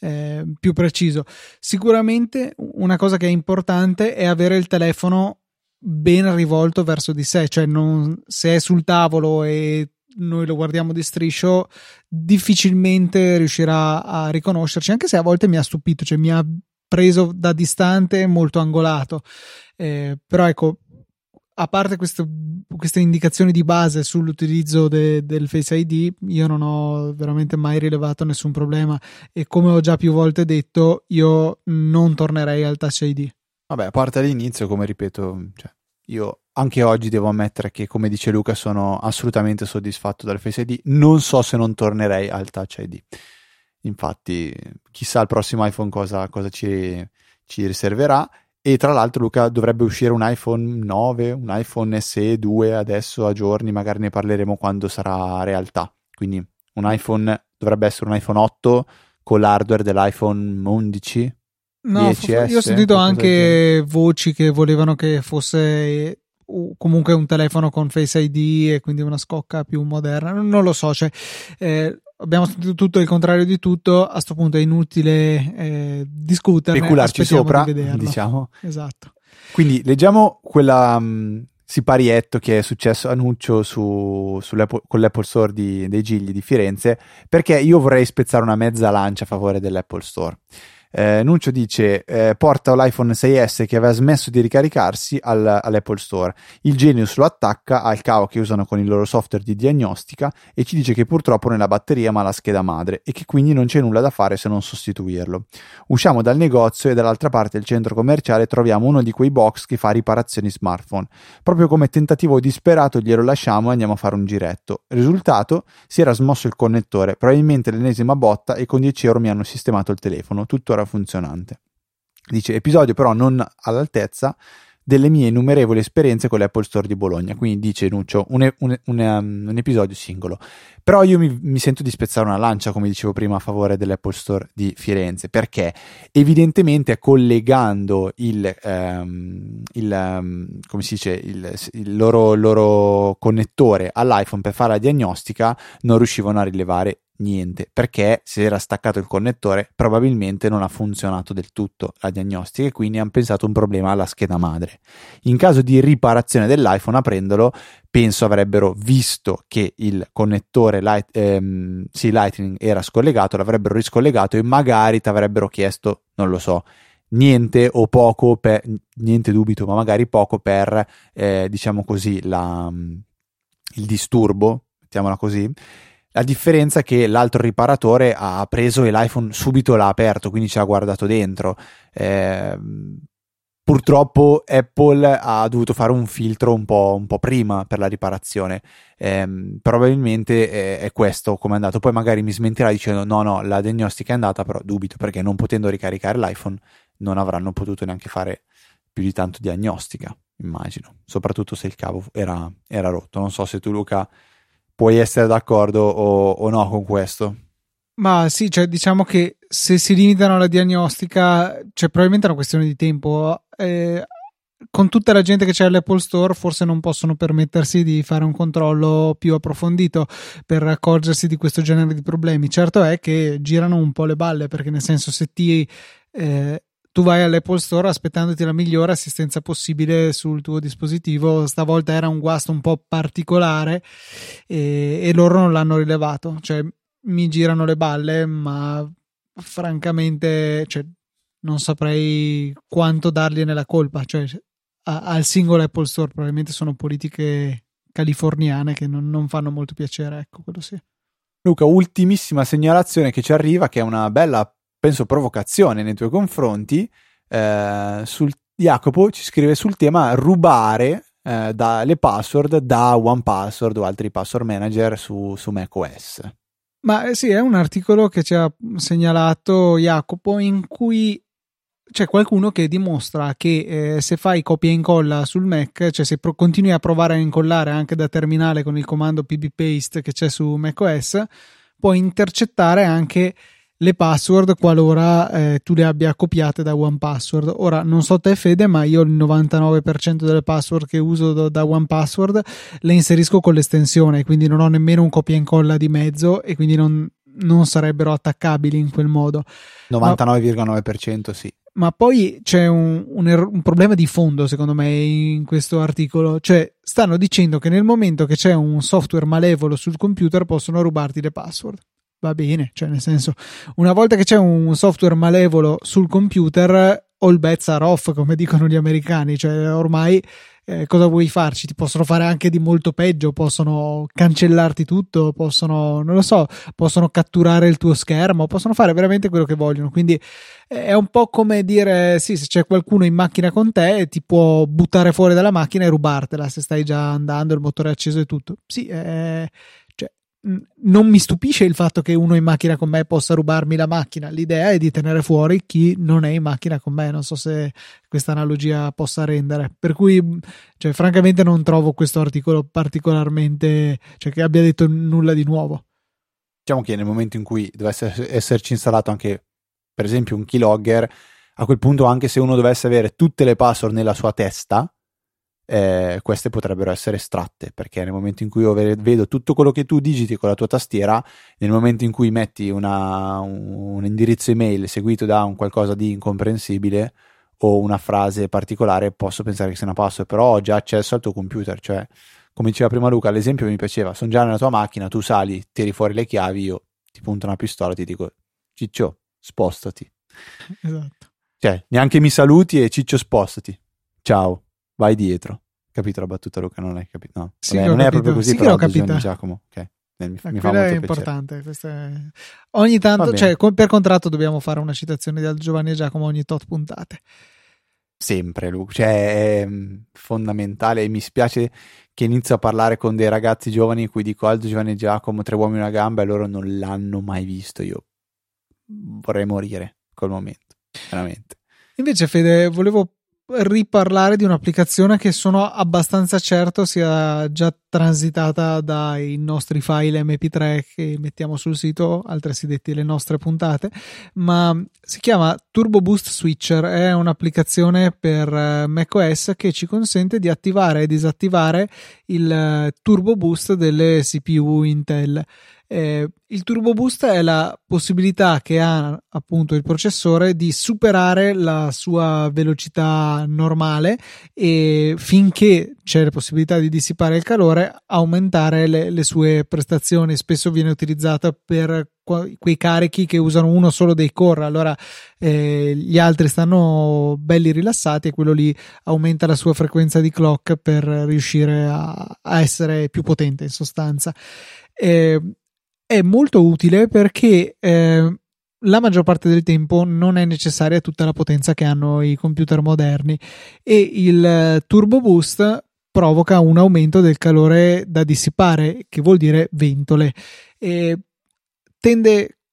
preciso. Sicuramente una cosa che è importante è avere il telefono ben rivolto verso di sé, cioè se è sul tavolo e noi lo guardiamo di striscio difficilmente riuscirà a riconoscerci, anche se a volte mi ha stupito, cioè mi ha preso da distante molto angolato, però ecco, a parte queste indicazioni di base sull'utilizzo del Face ID, io non ho veramente mai rilevato nessun problema, e come ho già più volte detto, io non tornerei al Touch ID. Vabbè, a parte all'inizio, come ripeto, cioè, io anche oggi devo ammettere che, come dice Luca, sono assolutamente soddisfatto dal Face ID. Non so se non tornerei al Touch ID. Infatti, chissà il prossimo iPhone cosa ci riserverà. E tra l'altro, Luca, dovrebbe uscire un iPhone 9, un iPhone SE 2 adesso a giorni, magari ne parleremo quando sarà realtà. Quindi dovrebbe essere un iPhone 8 con l'hardware dell'iPhone 11. No, 10S, io ho sentito anche voci che volevano che fosse comunque un telefono con Face ID e quindi una scocca più moderna. Non lo so, cioè, abbiamo sentito tutto il contrario di tutto. A sto punto è inutile discuterne, specularci sopra, di vederlo. Diciamo. Esatto. Quindi leggiamo quella siparietto che è successo a Nuccio con l'Apple Store dei Gigli di Firenze, perché io vorrei spezzare una mezza lancia a favore dell'Apple Store. Nuccio dice porta l'iPhone 6S che aveva smesso di ricaricarsi all'Apple Store. Il Genius lo attacca al cavo che usano con il loro software di diagnostica e ci dice che purtroppo nella batteria ma la scheda madre e che quindi non c'è nulla da fare se non sostituirlo. Usciamo dal negozio e dall'altra parte del centro commerciale troviamo uno di quei box che fa riparazioni smartphone. Proprio come tentativo disperato glielo lasciamo e andiamo a fare un giretto. Risultato: si era smosso il connettore, probabilmente l'ennesima botta, e con 10 euro mi hanno sistemato il telefono, tuttora funzionante. Dice episodio però non all'altezza delle mie innumerevoli esperienze con l'Apple Store di Bologna. Quindi dice Nuccio un episodio singolo, però io mi sento di spezzare una lancia, come dicevo prima, a favore dell'Apple Store di Firenze, perché evidentemente collegando come si dice, il loro connettore all'iPhone per fare la diagnostica non riuscivano a rilevare niente, perché se era staccato il connettore probabilmente non ha funzionato del tutto la diagnostica e quindi hanno pensato un problema alla scheda madre. In caso di riparazione dell'iPhone, aprendolo, penso avrebbero visto che il connettore Lightning era scollegato, l'avrebbero riscollegato e magari ti avrebbero chiesto, non lo so, niente o poco, niente dubito, ma magari poco per diciamo così il disturbo, mettiamola così. La differenza è che l'altro riparatore ha preso e l'iPhone subito l'ha aperto, quindi ci ha guardato dentro. Purtroppo Apple ha dovuto fare un filtro un po' prima per la riparazione. Probabilmente è questo come è andato. Poi magari mi smentirà dicendo no, la diagnostica è andata, però dubito, perché non potendo ricaricare l'iPhone non avranno potuto neanche fare più di tanto diagnostica, immagino, soprattutto se il cavo era rotto. Non so se tu, Luca, puoi essere d'accordo o no con questo. Ma sì, cioè diciamo che se si limitano alla diagnostica, cioè probabilmente è una questione di tempo. Con tutta la gente che c'è all'Apple Store, forse non possono permettersi di fare un controllo più approfondito per accorgersi di questo genere di problemi. Certo è che girano un po' le balle, perché nel senso, se tu vai all'Apple Store aspettandoti la migliore assistenza possibile sul tuo dispositivo, stavolta era un guasto un po' particolare e loro non l'hanno rilevato. Cioè, mi girano le balle, ma francamente, cioè, non saprei quanto dargliene la colpa. Cioè, al singolo Apple Store probabilmente sono politiche californiane che non fanno molto piacere, ecco, quello sì. Luca, ultimissima segnalazione che ci arriva, che è una bella, penso, provocazione nei tuoi confronti. Jacopo ci scrive sul tema rubare le password da OnePassword o altri password manager su macOS. Ma sì, è un articolo che ci ha segnalato Jacopo, in cui c'è qualcuno che dimostra che se fai copia e incolla sul Mac, cioè se continui a provare a incollare anche da terminale con il comando pbpaste che c'è su macOS, puoi intercettare anche le password qualora tu le abbia copiate da OnePassword. Ora, non so te, Fede, ma io il 99% delle password che uso da OnePassword le inserisco con l'estensione, quindi non ho nemmeno un copia e incolla di mezzo e quindi non sarebbero attaccabili in quel modo. 99,9% sì. Ma poi c'è un problema di fondo, secondo me, in questo articolo. Cioè, stanno dicendo che nel momento che c'è un software malevolo sul computer possono rubarti le password. Va bene, cioè nel senso, una volta che c'è un software malevolo sul computer, all bets are off, come dicono gli americani. Cioè, ormai cosa vuoi farci? Ti possono fare anche di molto peggio, possono cancellarti tutto, possono, non lo so, possono catturare il tuo schermo, possono fare veramente quello che vogliono. Quindi è un po' come dire, sì, se c'è qualcuno in macchina con te ti può buttare fuori dalla macchina e rubartela se stai già andando, il motore è acceso e tutto. Sì, cioè, non mi stupisce il fatto che uno in macchina con me possa rubarmi la macchina. L'idea è di tenere fuori chi non è in macchina con me. Non so se questa analogia possa rendere, per cui, cioè, francamente non trovo questo articolo particolarmente, cioè, che abbia detto nulla di nuovo. Diciamo che nel momento in cui dovesse esserci installato anche, per esempio, un keylogger, a quel punto, anche se uno dovesse avere tutte le password nella sua testa, queste potrebbero essere estratte, perché nel momento in cui io vedo tutto quello che tu digiti con la tua tastiera, nel momento in cui metti un indirizzo email seguito da un qualcosa di incomprensibile o una frase particolare, posso pensare che sia una password, però ho già accesso al tuo computer. Cioè, come diceva prima Luca, l'esempio mi piaceva: sono già nella tua macchina, tu sali, tiri fuori le chiavi, io ti punto una pistola, ti dico Ciccio, spostati. Esatto. Cioè, neanche mi saluti e Ciccio, spostati, ciao, vai dietro. Capito la battuta, Luca? Non l'hai capito? No, sì, vabbè, non capito. È proprio così, sì, però che ho capito. Giacomo, ok. Mi fa molto è importante. Ogni tanto, per contratto dobbiamo fare una citazione di Giovanni e Giacomo ogni tot puntate. Sempre, Luca, cioè è fondamentale. E mi spiace che inizio a parlare con dei ragazzi giovani in cui dico Aldo, Giovanni e Giacomo, 3 uomini e una gamba, e loro non l'hanno mai visto. Io vorrei morire col momento, veramente. Invece, Fede, volevo riparlare di un'applicazione che sono abbastanza certo sia già transitata dai nostri file MP3 che mettiamo sul sito, altresì detti le nostre puntate, ma si chiama Turbo Boost Switcher. È un'applicazione per macOS che ci consente di attivare e disattivare il Turbo Boost delle CPU Intel. Il Turbo Boost è la possibilità che ha appunto il processore di superare la sua velocità normale e, finché c'è la possibilità di dissipare il calore, aumentare le sue prestazioni. Spesso viene utilizzata per quei carichi che usano uno solo dei core, allora gli altri stanno belli rilassati e quello lì aumenta la sua frequenza di clock per riuscire a essere più potente, in sostanza. È molto utile perché la maggior parte del tempo non è necessaria tutta la potenza che hanno i computer moderni, e il Turbo Boost provoca un aumento del calore da dissipare, che vuol dire ventole, e tende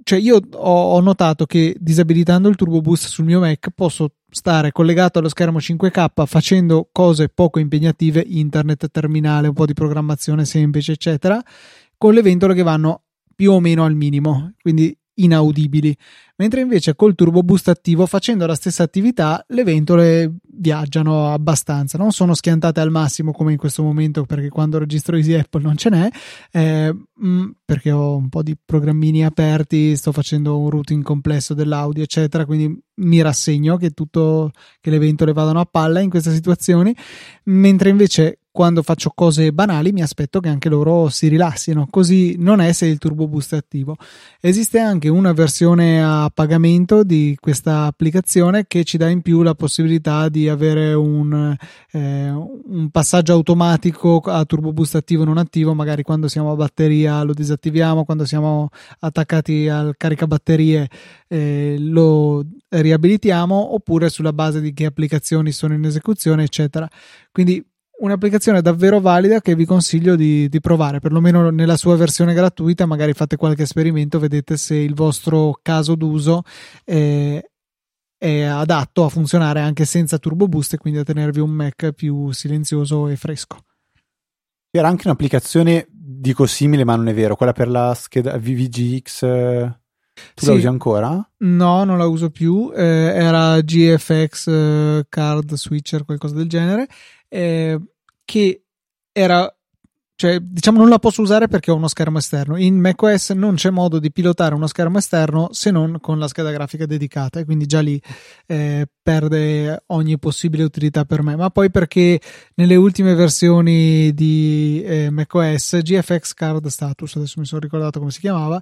cioè io ho notato che disabilitando il Turbo Boost sul mio Mac posso stare collegato allo schermo 5K facendo cose poco impegnative, internet, terminale, un po' di programmazione semplice, eccetera, con le ventole che vanno più o meno al minimo, quindi inaudibili. Mentre invece col Turbo Boost attivo, facendo la stessa attività, le ventole viaggiano abbastanza, non sono schiantate al massimo come in questo momento, perché quando registro Easy Apple non ce n'è, perché ho un po' di programmini aperti, sto facendo un routing complesso dell'audio, eccetera, quindi mi rassegno che le ventole vadano a palla in queste situazioni, mentre invece quando faccio cose banali mi aspetto che anche loro si rilassino. Così non è se il Turbo Boost è attivo. Esiste anche una versione a pagamento di questa applicazione che ci dà in più la possibilità di avere un passaggio automatico a Turbo Boost attivo e non attivo. Magari quando siamo a batteria lo disattiviamo, quando siamo attaccati al caricabatterie lo riabilitiamo, oppure sulla base di che applicazioni sono in esecuzione, eccetera. Quindi un'applicazione davvero valida che vi consiglio di provare, perlomeno nella sua versione gratuita. Magari fate qualche esperimento, vedete se il vostro caso d'uso è adatto a funzionare anche senza Turbo Boost e quindi a tenervi un Mac più silenzioso e fresco. C'era anche un'applicazione, dico simile ma non è vero, quella per la scheda VVGX, tu la usi ancora? No, non la uso più, era GFX Card Switcher, qualcosa del genere, che era, cioè diciamo non la posso usare perché ho uno schermo esterno. In macOS non c'è modo di pilotare uno schermo esterno se non con la scheda grafica dedicata, e quindi già lì perde ogni possibile utilità per me. Ma poi perché nelle ultime versioni di macOS GFX Card Status, adesso mi sono ricordato come si chiamava,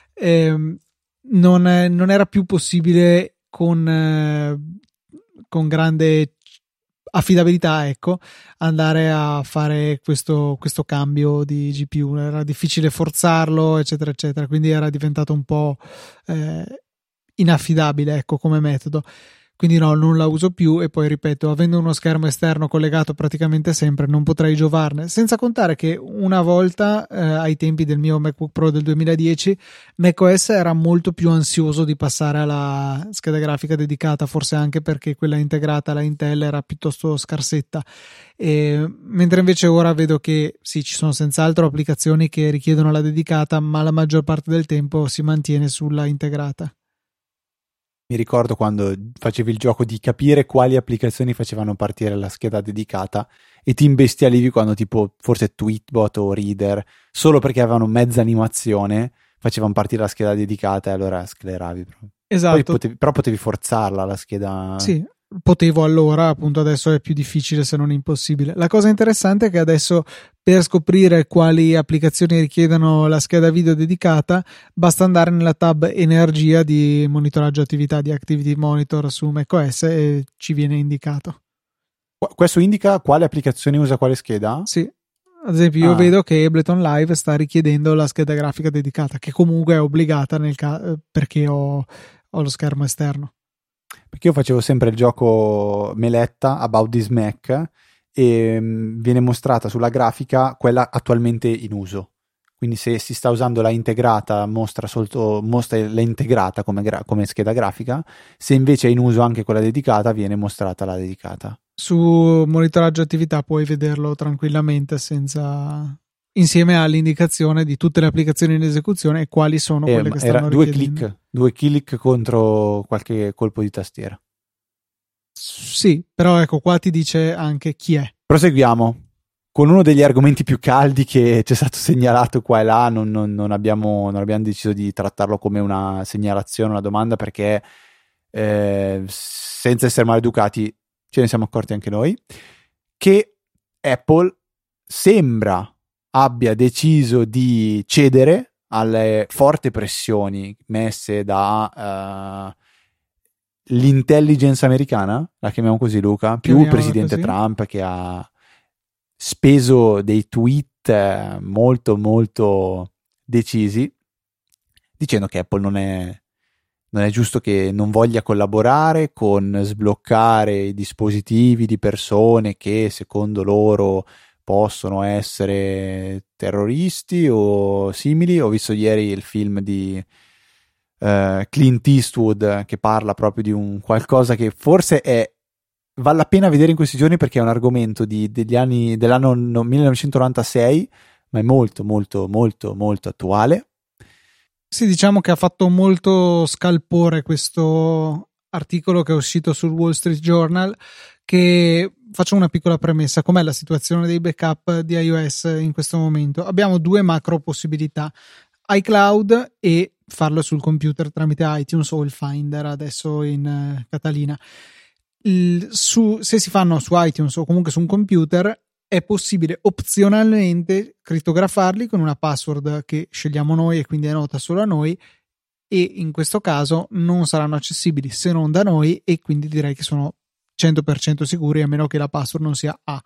non era più possibile con grande affidabilità, ecco, andare a fare questo cambio di GPU. Era difficile forzarlo, eccetera eccetera, quindi era diventato un po' inaffidabile, ecco, come metodo. Quindi no, non la uso più. E poi ripeto, avendo uno schermo esterno collegato praticamente sempre, non potrei giovarne. Senza contare che una volta ai tempi del mio MacBook Pro del 2010 macOS era molto più ansioso di passare alla scheda grafica dedicata, forse anche perché quella integrata alla Intel era piuttosto scarsetta, mentre invece ora vedo che sì, ci sono senz'altro applicazioni che richiedono la dedicata, ma la maggior parte del tempo si mantiene sulla integrata. Mi ricordo quando facevi il gioco di capire quali applicazioni facevano partire la scheda dedicata e ti imbestialivi quando tipo forse Tweetbot o Reader, solo perché avevano mezza animazione, facevano partire la scheda dedicata e allora scleravi. Esatto. Poi però potevi forzarla la scheda. Sì, potevo allora, appunto adesso è più difficile se non impossibile. La cosa interessante è che adesso per scoprire quali applicazioni richiedono la scheda video dedicata basta andare nella tab energia di monitoraggio attività di Activity Monitor su macOS e ci viene indicato. Questo indica quale applicazione usa quale scheda? Sì, ad esempio io vedo che Ableton Live sta richiedendo la scheda grafica dedicata, che comunque è obbligata perché ho lo schermo esterno. Perché io facevo sempre il gioco meletta About This Mac e viene mostrata sulla grafica quella attualmente in uso. Quindi se si sta usando la integrata mostra la integrata come scheda grafica, se invece è in uso anche quella dedicata viene mostrata la dedicata. Su monitoraggio attività puoi vederlo tranquillamente insieme all'indicazione di tutte le applicazioni in esecuzione e quali sono quelle che stanno richiedendo. Due click contro qualche colpo di tastiera. Sì, però ecco qua ti dice anche chi è. Proseguiamo con uno degli argomenti più caldi che ci è stato segnalato qua e là. Non abbiamo deciso di trattarlo come una segnalazione, una domanda, perché senza essere maleducati ce ne siamo accorti anche noi che Apple sembra abbia deciso di cedere alle forti pressioni messe da l'intelligence americana, la chiamiamo così, Luca, più il presidente Trump, che ha speso dei tweet molto molto decisi dicendo che Apple non è giusto, che non voglia collaborare con sbloccare i dispositivi di persone che secondo loro possono essere terroristi o simili. Ho visto ieri il film di Clint Eastwood, che parla proprio di un qualcosa che forse vale la pena vedere in questi giorni, perché è un argomento dell'anno 1996, ma è molto molto molto molto attuale. Sì, diciamo che ha fatto molto scalpore questo articolo che è uscito sul Wall Street Journal, che faccio una piccola premessa. Com'è la situazione dei backup di iOS in questo momento? Abbiamo due macro possibilità: iCloud e farlo sul computer tramite iTunes o il Finder adesso in Catalina. Se si fanno su iTunes o comunque su un computer, è possibile opzionalmente crittografarli con una password che scegliamo noi e quindi è nota solo a noi, e in questo caso non saranno accessibili se non da noi, e quindi direi che sono 100% sicuri, a meno che la password non sia A.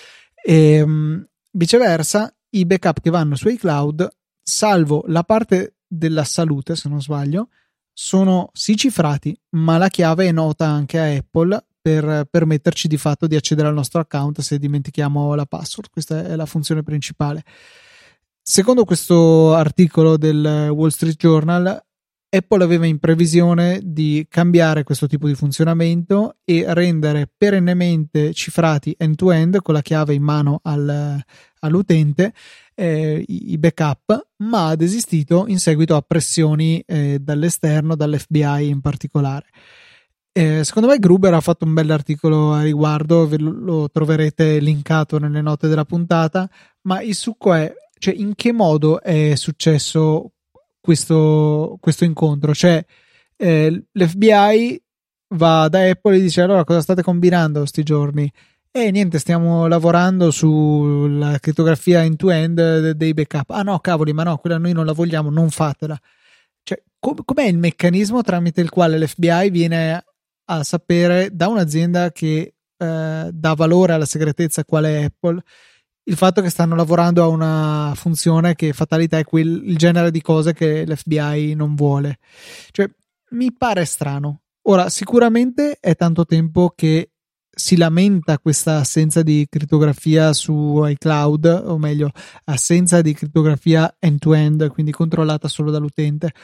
Viceversa, i backup che vanno su iCloud, salvo la parte della salute, se non sbaglio, sono sì cifrati, ma la chiave è nota anche a Apple per permetterci di fatto di accedere al nostro account se dimentichiamo la password. Questa è la funzione principale. Secondo questo articolo del Wall Street Journal, Apple aveva in previsione di cambiare questo tipo di funzionamento e rendere perennemente cifrati end-to-end con la chiave in mano all'utente i backup, ma ha desistito in seguito a pressioni dall'esterno, dall'FBI in particolare. Secondo me Gruber ha fatto un bell'articolo a riguardo, lo troverete linkato nelle note della puntata, ma il succo è, cioè, in che modo è successo questo incontro? Cioè, l'FBI va da Apple e dice: allora, cosa state combinando sti giorni? E niente, stiamo lavorando sulla crittografia end-to-end dei backup. Ah no, cavoli, ma no, quella noi non la vogliamo, non fatela. Cioè, com'è il meccanismo tramite il quale l'FBI viene a sapere da un'azienda che dà valore alla segretezza quale è Apple, il fatto che stanno lavorando a una funzione che fatalità è il genere di cose che l'FBI non vuole? Cioè, mi pare strano. Ora, sicuramente è tanto tempo che si lamenta questa assenza di crittografia su iCloud, o meglio, assenza di crittografia end-to-end, quindi controllata solo dall'utente.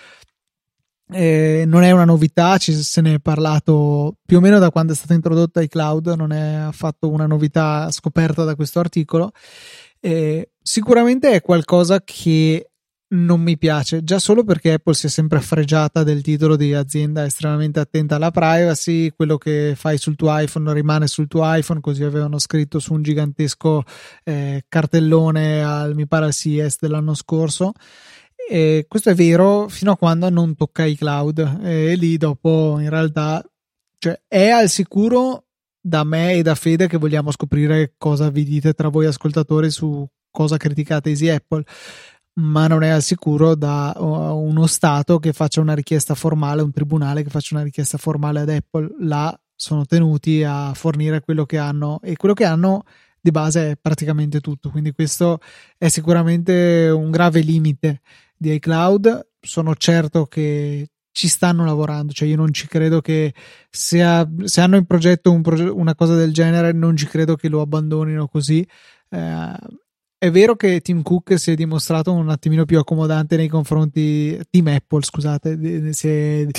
Non è una novità, se ne è parlato più o meno da quando è stata introdotta iCloud, non è affatto una novità scoperta da questo articolo. Sicuramente è qualcosa che non mi piace, già solo perché Apple si è sempre fregiata del titolo di azienda estremamente attenta alla privacy. Quello che fai sul tuo iPhone rimane sul tuo iPhone, così avevano scritto su un gigantesco cartellone mi pare al CES dell'anno scorso. E questo è vero fino a quando non tocca iCloud, e lì dopo in realtà, cioè, è al sicuro da me e da Fede che vogliamo scoprire cosa vi dite tra voi ascoltatori su cosa criticate Easy Apple, ma non è al sicuro da uno Stato che faccia una richiesta formale, un tribunale che faccia una richiesta formale ad Apple. Là sono tenuti a fornire quello che hanno, e quello che hanno di base è praticamente tutto, quindi questo è sicuramente un grave limite di iCloud. Sono certo che ci stanno lavorando, cioè io non ci credo che se hanno in progetto una cosa del genere, non ci credo che lo abbandonino così. È vero che Tim Cook si è dimostrato un attimino più accomodante nei confronti Team Apple, scusate, si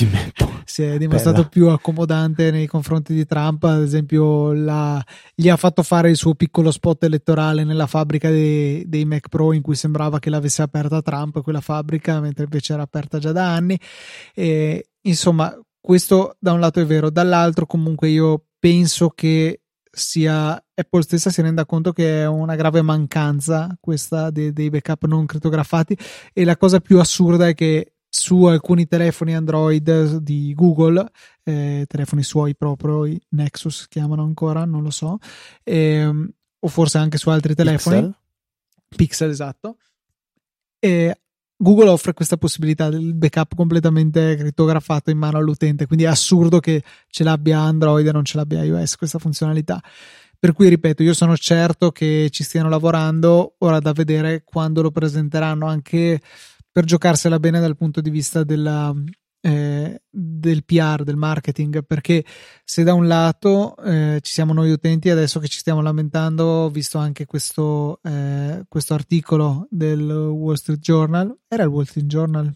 è dimostrato più accomodante nei confronti di Trump. Ad esempio gli ha fatto fare il suo piccolo spot elettorale nella fabbrica dei Mac Pro, in cui sembrava che l'avesse aperta Trump quella fabbrica, mentre invece era aperta già da anni. E, insomma, questo da un lato è vero, dall'altro comunque io penso che sia Apple stessa si renda conto che è una grave mancanza questa dei backup non crittografati. E la cosa più assurda è che su alcuni telefoni Android di Google, telefoni suoi proprio, i Nexus chiamano ancora, non lo so, o forse anche su altri telefoni Pixel, esatto, Google offre questa possibilità del backup completamente crittografato in mano all'utente, quindi è assurdo che ce l'abbia Android e non ce l'abbia iOS questa funzionalità. Per cui, ripeto, io sono certo che ci stiano lavorando. Ora da vedere quando lo presenteranno, anche per giocarsela bene dal punto di vista del PR, del marketing, perché se da un lato ci siamo noi utenti adesso che ci stiamo lamentando, ho visto anche questo articolo del Wall Street Journal, era il Wall Street Journal?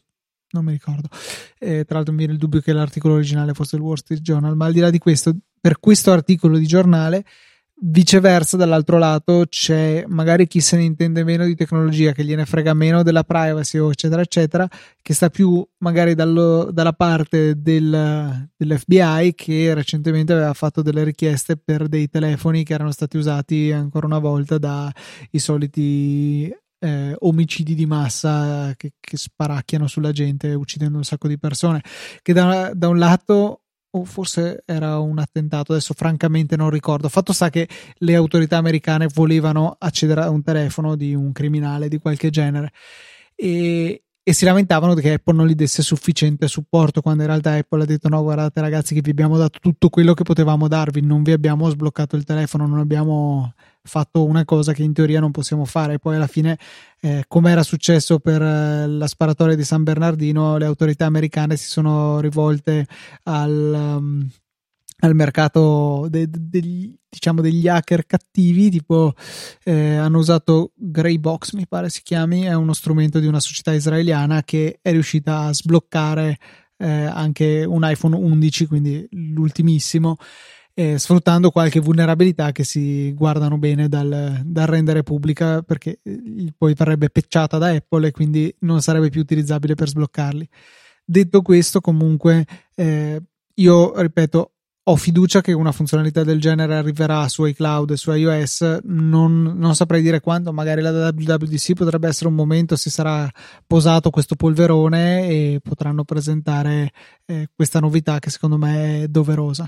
non mi ricordo. Tra l'altro mi viene il dubbio che l'articolo originale fosse il Wall Street Journal, ma al di là di questo, per questo articolo di giornale, viceversa, dall'altro lato c'è magari chi se ne intende meno di tecnologia, che gliene frega meno della privacy o eccetera eccetera, che sta più magari dalla parte dell'FBI, che recentemente aveva fatto delle richieste per dei telefoni che erano stati usati ancora una volta dai soliti omicidi di massa che sparacchiano sulla gente uccidendo un sacco di persone, che da un lato, o forse era un attentato, adesso francamente non ricordo. Fatto sta che le autorità americane volevano accedere a un telefono di un criminale di qualche genere e si lamentavano che Apple non gli desse sufficiente supporto, quando in realtà Apple ha detto: no, guardate ragazzi, che vi abbiamo dato tutto quello che potevamo darvi, non vi abbiamo sbloccato il telefono, non abbiamo fatto una cosa che in teoria non possiamo fare. E poi alla fine, come era successo per la sparatoria di San Bernardino, le autorità americane si sono rivolte al mercato degli hacker cattivi, tipo hanno usato Greybox, mi pare si chiami, è uno strumento di una società israeliana che è riuscita a sbloccare anche un iPhone 11, quindi l'ultimissimo, sfruttando qualche vulnerabilità che si guardano bene dal rendere pubblica, perché poi verrebbe patchata da Apple e quindi non sarebbe più utilizzabile per sbloccarli. Detto questo, comunque io ripeto, ho fiducia che una funzionalità del genere arriverà su iCloud e su iOS. Non saprei dire quando, magari la WWDC potrebbe essere un momento, si sarà posato questo polverone e potranno presentare questa novità che secondo me è doverosa.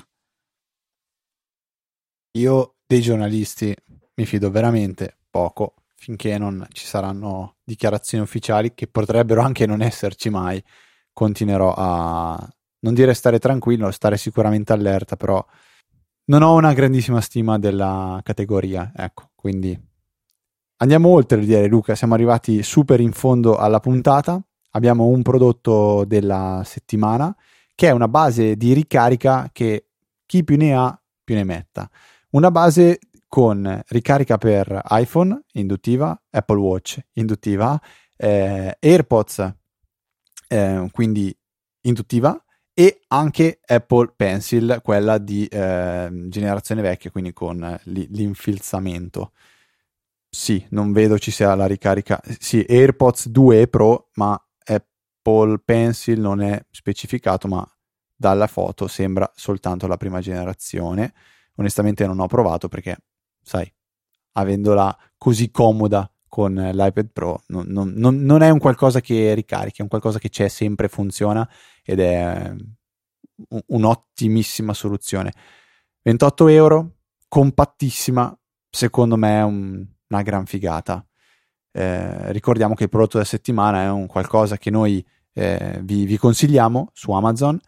Io dei giornalisti mi fido veramente poco, finché non ci saranno dichiarazioni ufficiali, che potrebbero anche non esserci mai. Continuerò a non dire stare tranquillo, stare sicuramente allerta, però non ho una grandissima stima della categoria, ecco. Quindi andiamo oltre, direi, Luca, siamo arrivati super in fondo alla puntata. Abbiamo un prodotto della settimana che è una base di ricarica che chi più ne ha più ne metta. Una base con ricarica per iPhone induttiva, Apple Watch induttiva, AirPods quindi induttiva, e anche Apple Pencil, quella di generazione vecchia, quindi con l'infilzamento. Sì, non vedo ci sia la ricarica. Sì, AirPods 2 Pro, ma Apple Pencil non è specificato, ma dalla foto sembra soltanto la prima generazione. Onestamente non ho provato perché, sai, avendola così comoda con l'iPad Pro, non è un qualcosa che ricarica, è un qualcosa che c'è sempre, funziona, ed è un'ottimissima soluzione. 28 euro, compattissima, secondo me è una gran figata. Ricordiamo che il prodotto della settimana è un qualcosa che noi vi consigliamo su Amazon,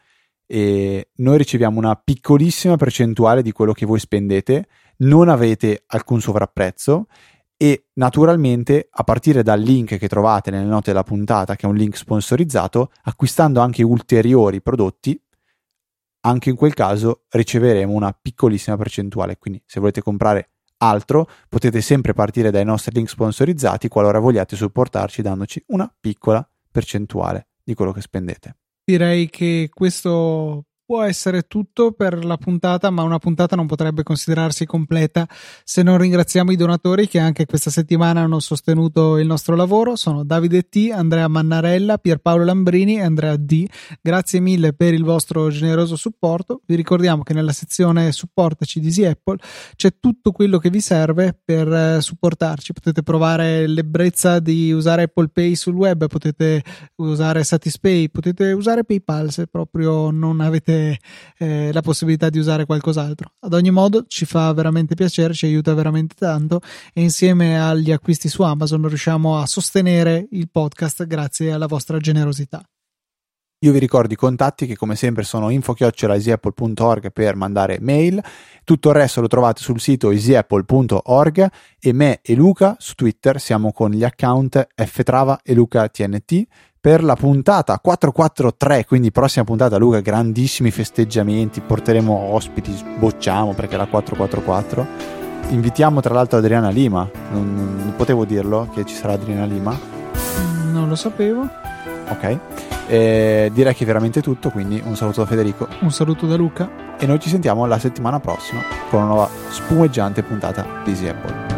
e noi riceviamo una piccolissima percentuale di quello che voi spendete, non avete alcun sovrapprezzo, e naturalmente a partire dal link che trovate nelle note della puntata, che è un link sponsorizzato, acquistando anche ulteriori prodotti, anche in quel caso riceveremo una piccolissima percentuale. Quindi se volete comprare altro potete sempre partire dai nostri link sponsorizzati, qualora vogliate supportarci dandoci una piccola percentuale di quello che spendete. Direi che questo può essere tutto per la puntata, ma una puntata non potrebbe considerarsi completa se non ringraziamo i donatori che anche questa settimana hanno sostenuto il nostro lavoro. Sono Davide T, Andrea Mannarella, Pierpaolo Lambrini e Andrea D. Grazie mille per il vostro generoso supporto. Vi ricordiamo che nella sezione supportaci di Easy Apple c'è tutto quello che vi serve per supportarci. Potete provare l'ebbrezza di usare Apple Pay sul web, potete usare Satispay, potete usare PayPal se proprio non avete la possibilità di usare qualcos'altro. Ad ogni modo ci fa veramente piacere, ci aiuta veramente tanto, e insieme agli acquisti su Amazon riusciamo a sostenere il podcast grazie alla vostra generosità. Io vi ricordo i contatti, che come sempre sono info@easyapple.org per mandare mail. Tutto il resto lo trovate sul sito easyapple.org, e me e Luca su Twitter siamo con gli account ftrava e lucatnt. Per la puntata 443, quindi prossima puntata, Luca, grandissimi festeggiamenti, porteremo ospiti, sbocciamo perché è la 444. Invitiamo tra l'altro Adriana Lima, non potevo dirlo che ci sarà Adriana Lima? Non lo sapevo. Ok. Direi che è veramente tutto, quindi un saluto da Federico, un saluto da Luca e noi ci sentiamo la settimana prossima con una nuova spumeggiante puntata di Easy Apple.